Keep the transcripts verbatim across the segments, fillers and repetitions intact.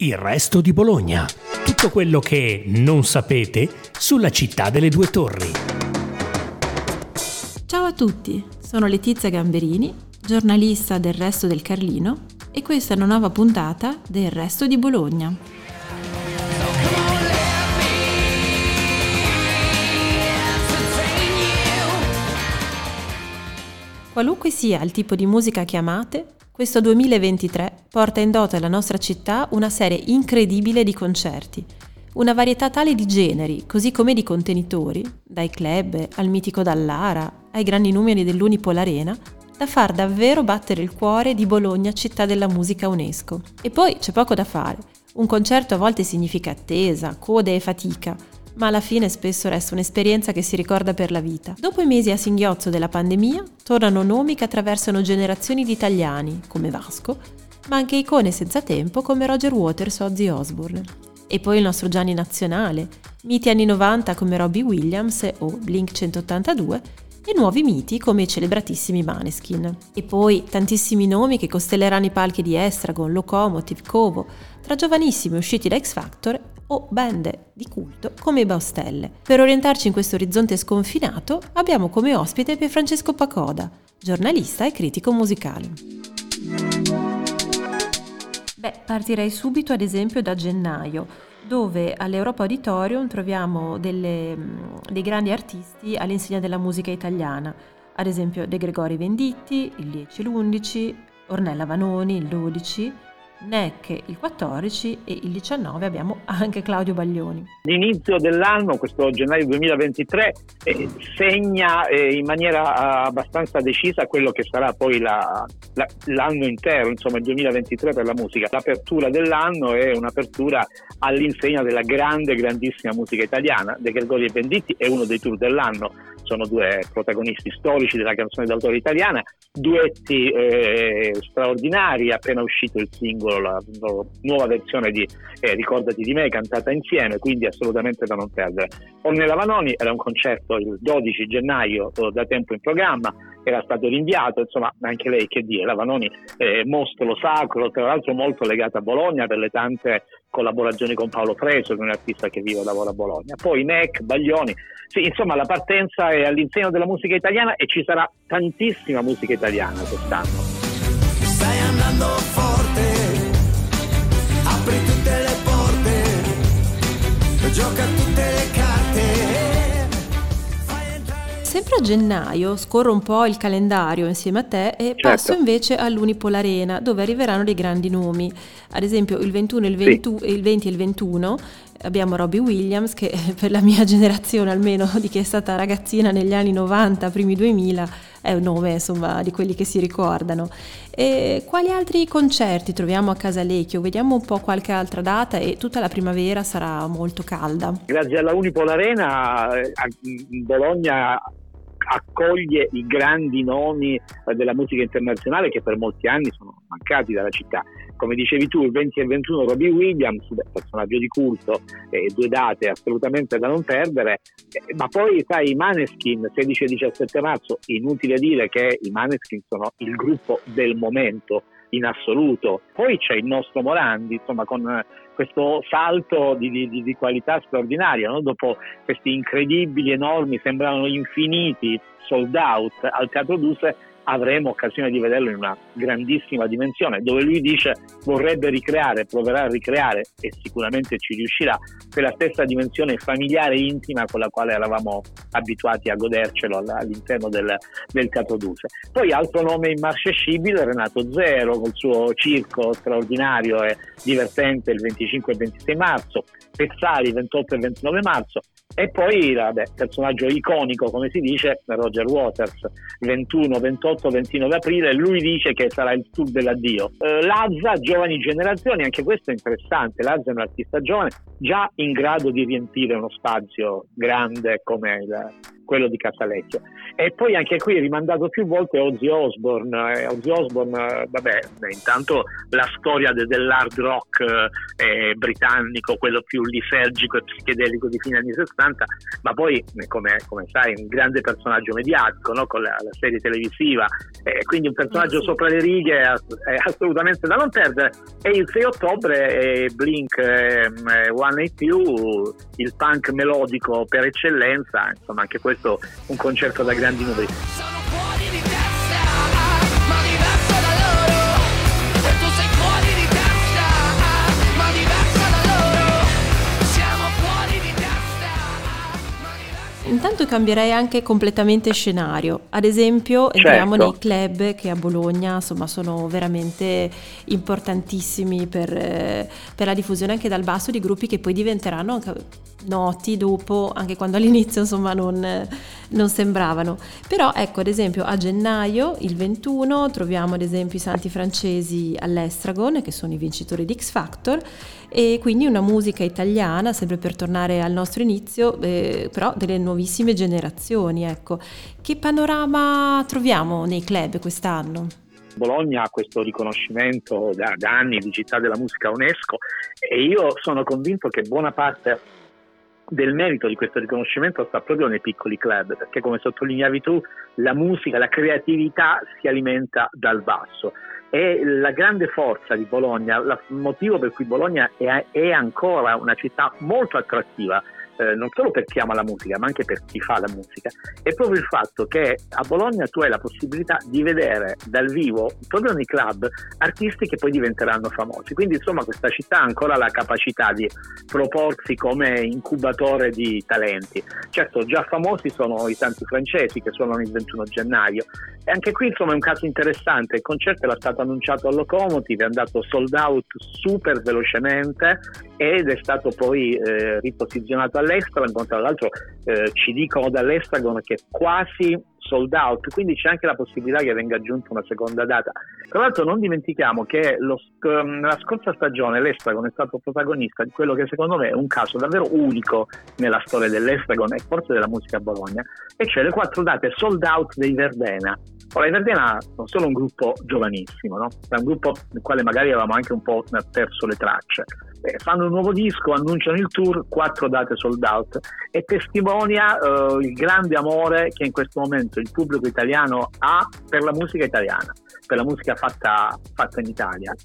Il resto di Bologna. Tutto quello che non sapete sulla città delle due torri. Ciao a tutti, sono Letizia Gamberini, giornalista del Resto del Carlino, e questa è una nuova puntata del Resto di Bologna. Qualunque sia il tipo di musica che amate, questo duemilaventitré porta in dote alla nostra città una serie incredibile di concerti, una varietà tale di generi, così come di contenitori, dai club al mitico Dallara ai grandi numeri dell'Unipol Arena, da far davvero battere il cuore di Bologna, città della musica UNESCO. E poi c'è poco da fare, un concerto a volte significa attesa, code e fatica, ma alla fine spesso resta un'esperienza che si ricorda per la vita. Dopo i mesi a singhiozzo della pandemia, tornano nomi che attraversano generazioni di italiani, come Vasco, ma anche icone senza tempo come Roger Waters o Ozzy Osbourne. E poi il nostro Gianni nazionale, miti anni novanta come Robbie Williams o Blink centottantadue, e nuovi miti come i celebratissimi Maneskin. E poi tantissimi nomi che costelleranno i palchi di Estragon, Locomotive, Covo, tra giovanissimi usciti da X Factor o band di culto come i Baustelle. Per orientarci in questo orizzonte sconfinato abbiamo come ospite Pierfrancesco Pacoda, giornalista e critico musicale. Beh, partirei subito ad esempio da gennaio, dove all'Europa Auditorium troviamo delle, dei grandi artisti all'insegna della musica italiana, ad esempio De Gregori Venditti, il dieci e l'undici, Ornella Vanoni il dodici, Neck il quattordici e il diciannove abbiamo anche Claudio Baglioni. L'inizio dell'anno, questo gennaio duemilaventitré, eh, segna eh, in maniera abbastanza decisa quello che sarà poi la, la, l'anno intero, insomma il duemilaventitré per la musica. L'apertura dell'anno è un'apertura all'insegna della grande, grandissima musica italiana. De Gregori e Venditti è uno dei tour dell'anno, sono due protagonisti storici della canzone d'autore italiana, duetti eh, straordinari, appena uscito il singolo, la nuova versione di eh, Ricordati di me, cantata insieme, quindi assolutamente da non perdere. Ornella Vanoni era un concerto il dodici gennaio, da tempo in programma, era stato rinviato, insomma anche lei che dire, la Vanoni eh, mostro sacro, tra l'altro molto legata a Bologna per le tante collaborazioni con Paolo Freso, che è un artista che vive e lavora a Bologna. Poi Neck, Baglioni, sì, insomma la partenza è all'insegno della musica italiana e ci sarà tantissima musica italiana quest'anno. Stai andando forte, apri tutte le porte, gioca tutte le carte. Sempre a gennaio scorro un po' il calendario insieme a te e Certo. passo invece all'Unipol Arena, dove arriveranno dei grandi nomi. Ad esempio il ventuno, il venti, il venti e il ventuno abbiamo Robbie Williams, che per la mia generazione, almeno di chi è stata ragazzina negli anni novanta, primi duemila, è un nome insomma di quelli che si ricordano. E quali altri concerti troviamo a Casalecchio? Vediamo un po' qualche altra data, e tutta la primavera sarà molto calda. Grazie alla Unipol Arena eh, Bologna accoglie i grandi nomi eh, della musica internazionale che per molti anni sono mancati dalla città. Come dicevi tu, il venti e il ventuno Robbie Williams, beh, personaggio di culto, eh, due date assolutamente da non perdere, eh, ma poi sai i Maneskin sedici e diciassette marzo, inutile dire che i Maneskin sono il gruppo del momento in assoluto. Poi c'è il nostro Morandi, insomma, con eh, questo salto di, di, di qualità straordinaria, no? Dopo questi incredibili, enormi, sembravano infiniti sold out al Teatro Duse, avremo occasione di vederlo in una grandissima dimensione, dove lui dice vorrebbe ricreare, proverà a ricreare, e sicuramente ci riuscirà, quella stessa dimensione familiare e intima con la quale eravamo abituati a godercelo all'interno del, del Teatro Duse. Poi altro nome immarcescibile, Renato Zero, col suo circo straordinario e divertente il venticinque e ventisei marzo, Pezzali ventotto e ventinove marzo, e poi vabbè, personaggio iconico come si dice, Roger Waters, ventuno, ventotto, ventinove aprile, lui dice che sarà il tour dell'addio. eh, Lazza, giovani generazioni, anche questo è interessante. Lazza è un artista giovane già in grado di riempire uno spazio grande come il, quello di Casalecchio. E poi anche qui rimandato più volte Ozzy Osbourne. Eh, Ozzy Osbourne, eh, vabbè, intanto la storia de- dell'hard rock eh, britannico, quello più lisergico e psichedelico di fine anni sessanta, ma poi come, come sai un grande personaggio mediatico, no? Con la, la serie televisiva, eh, quindi un personaggio sì. sopra le righe è, è assolutamente da non perdere. E il sei ottobre è Blink eh, centottantadue, il punk melodico per eccellenza, insomma anche questo un concerto da grandi numeri. Sono fuori di testa, ma diverso da loro. E tu sei fuori di testa, ma diverso da loro. Siamo fuori di testa, ma diverso. Intanto cambierei anche completamente scenario. Ad esempio, Certo. entriamo nei club che a Bologna, insomma, sono veramente importantissimi per, eh, per la diffusione anche dal basso di gruppi che poi diventeranno anche noti dopo, anche quando all'inizio insomma non, non sembravano. Però ecco, ad esempio a gennaio, il ventuno, troviamo ad esempio i Santi Francesi all'Estragon, che sono i vincitori di X Factor, e quindi una musica italiana, sempre per tornare al nostro inizio, eh, però delle nuovissime generazioni. Ecco, che panorama troviamo nei club quest'anno? Bologna ha questo riconoscimento da, da anni di città della musica UNESCO, e io sono convinto che buona parte del merito di questo riconoscimento sta proprio nei piccoli club, perché come sottolineavi tu, la musica, la creatività si alimenta dal basso. E la grande forza di Bologna, il motivo per cui Bologna è, è ancora una città molto attrattiva, eh, non solo per chi ama la musica, ma anche per chi fa la musica, è proprio il fatto che a Bologna tu hai la possibilità di vedere dal vivo, proprio nei club, artisti che poi diventeranno famosi. Quindi insomma questa città ha ancora la capacità di proporsi come incubatore di talenti. Certo, già famosi sono i Santi Francesi, che suonano il ventuno gennaio, e anche qui insomma è un caso interessante. Il concerto era stato annunciato al Locomotive, è andato sold out super velocemente ed è stato poi eh, riposizionato all'Estragon. Tra l'altro eh, ci dicono dall'Estragon che è quasi sold out, quindi c'è anche la possibilità che venga aggiunta una seconda data. Tra l'altro non dimentichiamo che lo, nella scorsa stagione l'Estragon è stato protagonista di quello che secondo me è un caso davvero unico nella storia dell'Estragon e forse della musica a Bologna, e cioè le quattro date sold out dei Verdena. Ora, i Verdena sono solo un gruppo giovanissimo, no? È un gruppo nel quale magari avevamo anche un po' perso le tracce. Eh, fanno un nuovo disco, annunciano il tour, quattro date sold out, e testimonia eh, il grande amore che in questo momento il pubblico italiano ha per la musica italiana, per la musica fatta, fatta in Italia.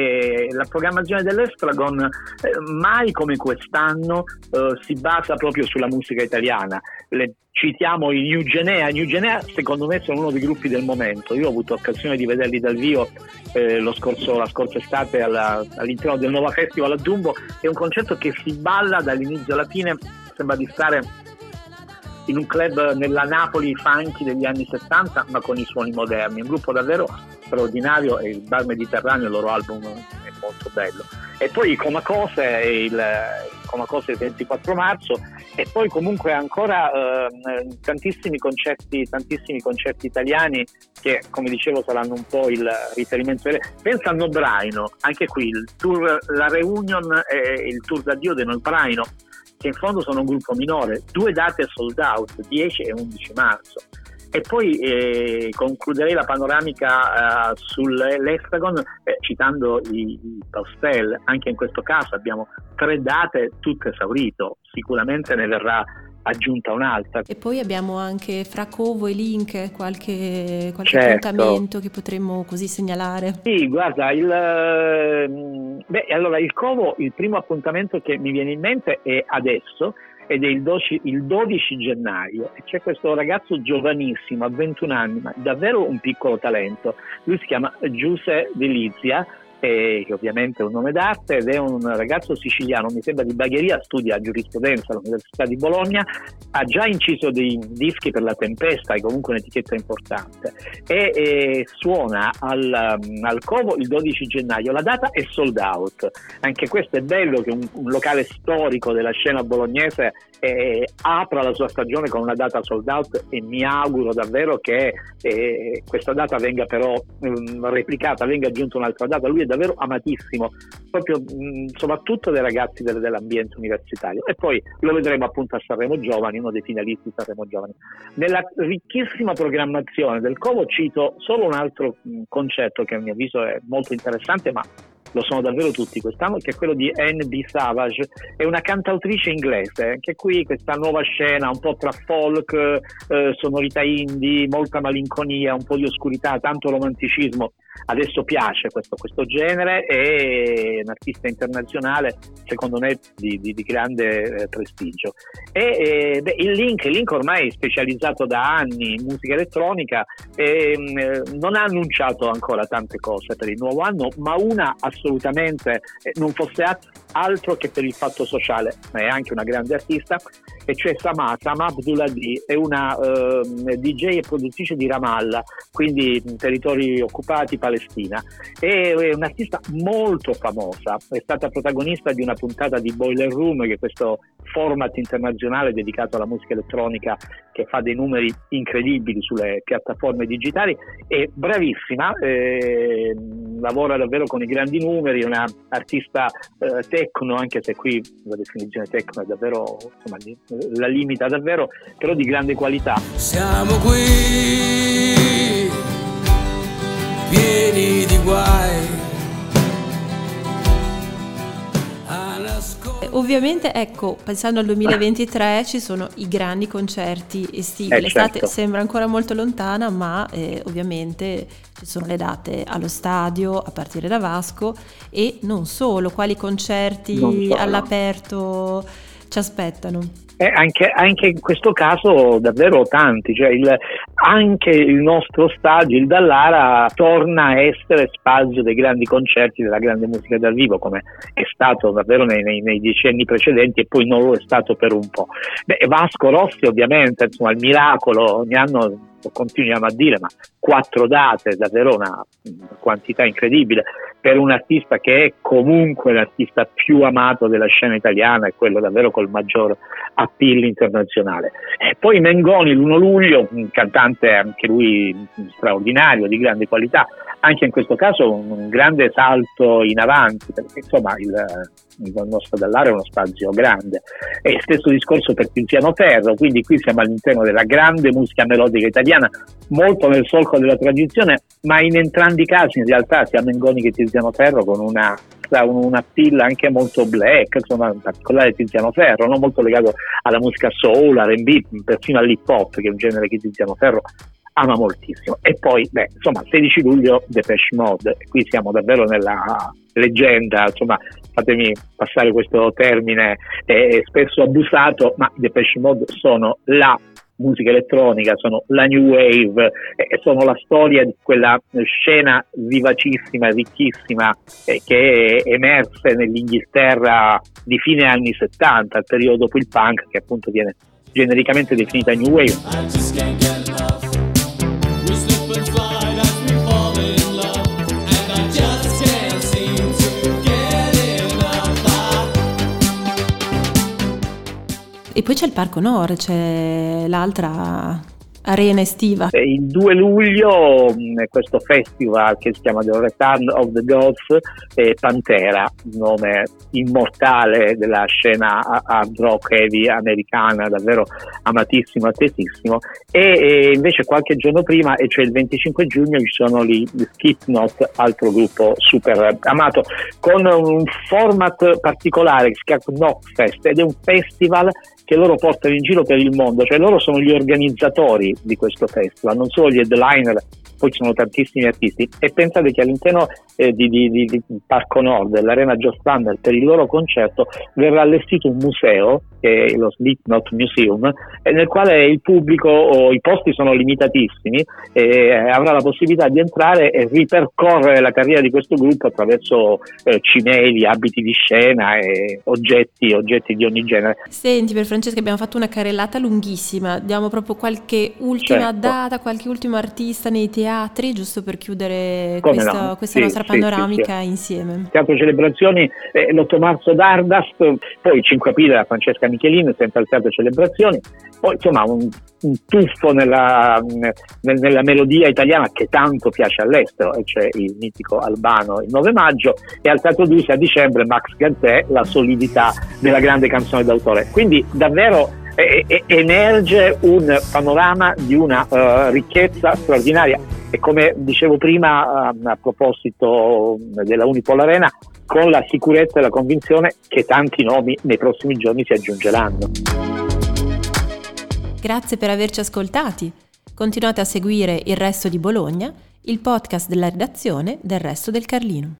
E la programmazione dell'Estragon eh, mai come quest'anno eh, si basa proprio sulla musica italiana. Le, citiamo i New Genea. New Genea secondo me sono uno dei gruppi del momento. Io ho avuto occasione di vederli dal vivo eh, lo scorso, la scorsa estate alla, all'interno del Nova Festival a Dumbo. È un concerto che si balla dall'inizio alla fine, sembra di stare in un club nella Napoli funky degli anni sessanta, ma con i suoni moderni. Un gruppo davvero straordinario, e il Bar Mediterraneo, il loro album, è molto bello. E poi Comacose è il Comacose il ventiquattro marzo, e poi comunque ancora eh, tantissimi concerti tantissimi concerti italiani che, come dicevo, saranno un po' il riferimento. Pensa a Nobraino, anche qui il tour, la reunion e il tour d'addio di Nobraino, che in fondo sono un gruppo minore, due date sold out, dieci e undici marzo. E poi eh, concluderei la panoramica eh, sull'Estragon eh, citando i, i Pastel. Anche in questo caso abbiamo tre date, tutte esaurito, sicuramente ne verrà aggiunta un'altra. E poi abbiamo anche fra Covo e Link qualche, qualche certo. appuntamento che potremmo così segnalare. Sì, guarda, il, beh, allora il Covo, il primo appuntamento che mi viene in mente è adesso, ed è il dodici, il dodici gennaio, e c'è questo ragazzo giovanissimo, a ventuno anni, ma davvero un piccolo talento. Lui si chiama Giuse Delizia, eh, che ovviamente è un nome d'arte, ed è un ragazzo siciliano, mi sembra di Bagheria, studia giurisprudenza all'Università di Bologna, ha già inciso dei dischi per La Tempesta, è comunque un'etichetta importante, e, e suona al, al Covo il dodici gennaio. La data è sold out. Anche questo è bello, che un, un locale storico della scena bolognese eh, apra la sua stagione con una data sold out, e mi auguro davvero che eh, questa data venga però um, replicata, venga aggiunta un'altra data. Lui è davvero amatissimo, proprio mh, soprattutto dai ragazzi del, dell'ambiente universitario. E poi lo vedremo appunto a Sanremo Giovani, uno dei finalisti Sanremo Giovani. Nella ricchissima programmazione del Covo cito solo un altro mh, concerto che a mio avviso è molto interessante, ma lo sono davvero tutti quest'anno, che è quello di Anne B. Savage. È una cantautrice inglese, anche qui questa nuova scena un po' tra folk, eh, sonorità indie, molta malinconia, un po' di oscurità, tanto romanticismo. Adesso piace questo, questo genere, è un artista internazionale secondo me di, di, di grande eh, prestigio. E eh, beh, il Link, il Link ormai è specializzato da anni in musica elettronica e eh, non ha annunciato ancora tante cose per il nuovo anno, ma una assolutamente eh, non fosse altro che per il fatto sociale, ma è anche una grande artista, e cioè Sama, Sama Abdulhadi, è una eh, D J e produttrice di Ramallah, quindi territori occupati, Palestina. È, è un'artista molto famosa, è stata protagonista di una puntata di Boiler Room, che è questo format internazionale dedicato alla musica elettronica che fa dei numeri incredibili sulle piattaforme digitali. È bravissima, eh, lavora davvero con i grandi numeri, è una artista eh, techno, anche se qui la definizione techno è davvero, insomma, la limita davvero, però di grande qualità. Siamo qui, pieni di guai. Ovviamente, ecco, pensando al duemilaventitré ci sono i grandi concerti estivi. Eh, L'estate certo. sembra ancora molto lontana, ma eh, ovviamente ci sono le date allo stadio a partire da Vasco, e non solo. Quali concerti Non solo. all'aperto ci aspettano? Eh, anche, anche in questo caso davvero tanti, cioè il, anche il nostro stadio, il Dallara, torna a essere spazio dei grandi concerti, della grande musica dal vivo, come è stato davvero nei, nei, nei decenni precedenti, e poi non lo è stato per un po'. Beh, Vasco Rossi ovviamente, insomma, il miracolo, ogni anno lo continuiamo a dire, ma quattro date, davvero una quantità incredibile per un artista che è comunque l'artista più amato della scena italiana, e quello davvero col maggior appeal internazionale. E poi Mengoni l'primo luglio, un cantante anche lui straordinario, di grande qualità, anche in questo caso un, un grande salto in avanti, perché insomma il, il nostro Dallara è uno spazio grande. E stesso discorso per Tiziano Ferro, quindi qui siamo all'interno della grande musica melodica italiana, molto nel solco della tradizione, ma in entrambi i casi in realtà sia Mengoni che Tiziano Ferro con una una appeal anche molto black, insomma, in particolare Tiziano Ferro, no? Molto legato alla musica soul, R and B, persino all'hip hop, che è un genere che Tiziano Ferro ama moltissimo. E poi, beh, insomma, sedici luglio Depeche Mode, qui siamo davvero nella leggenda, insomma, fatemi passare questo termine eh, spesso abusato, ma Depeche Mode sono la musica elettronica, sono la new wave, eh, sono la storia di quella scena vivacissima e ricchissima eh, che è emerse nell'Inghilterra di fine anni settanta, il periodo dopo il punk, che appunto viene genericamente definita new wave. E poi c'è il Parco Nord, c'è l'altra arena estiva. Il due luglio mh, questo festival che si chiama The Return of the Gods, è Pantera, nome immortale della scena hard rock heavy americana, davvero amatissimo, attesissimo. E, e invece qualche giorno prima, e cioè il venticinque giugno, ci sono gli Slipknot, altro gruppo super amato, con un format particolare che si chiama Knockfest, ed è un festival che loro portano in giro per il mondo, cioè loro sono gli organizzatori di questo festival, non solo gli headliner, poi ci sono tantissimi artisti. E pensate che all'interno eh, di, di, di, di Parco Nord, dell'Arena Joe Standard, per il loro concerto verrà allestito un museo, che è lo Slipknot Museum, eh, nel quale il pubblico, o i posti sono limitatissimi, e avrà la possibilità di entrare e ripercorrere la carriera di questo gruppo attraverso eh, cimeli, abiti di scena e oggetti, oggetti di ogni genere. Senti, per Francesca, abbiamo fatto una carrellata lunghissima, diamo proprio qualche ultima Certo. data, qualche ultimo artista nei teatri, teatri, giusto per chiudere Come questo, no? questa Sì, nostra sì, panoramica sì, sì. insieme? Teatro Celebrazioni, eh, l'otto marzo Dardast, poi il cinque aprile la Francesca Michelin, sempre al Teatro Celebrazioni, poi insomma un, un tuffo nella, nel, nella melodia italiana che tanto piace all'estero, e c'è il mitico Albano il nove maggio, e al Teatro Duce a dicembre Max Gazzè, la solidità della grande canzone d'autore. Quindi davvero eh, eh, emerge un panorama di una uh, ricchezza straordinaria, e come dicevo prima uh, a proposito della Unipol Arena, con la sicurezza e la convinzione che tanti nomi nei prossimi giorni si aggiungeranno. Grazie per averci ascoltati. Continuate a seguire Il Resto di Bologna, il podcast della redazione del Resto del Carlino.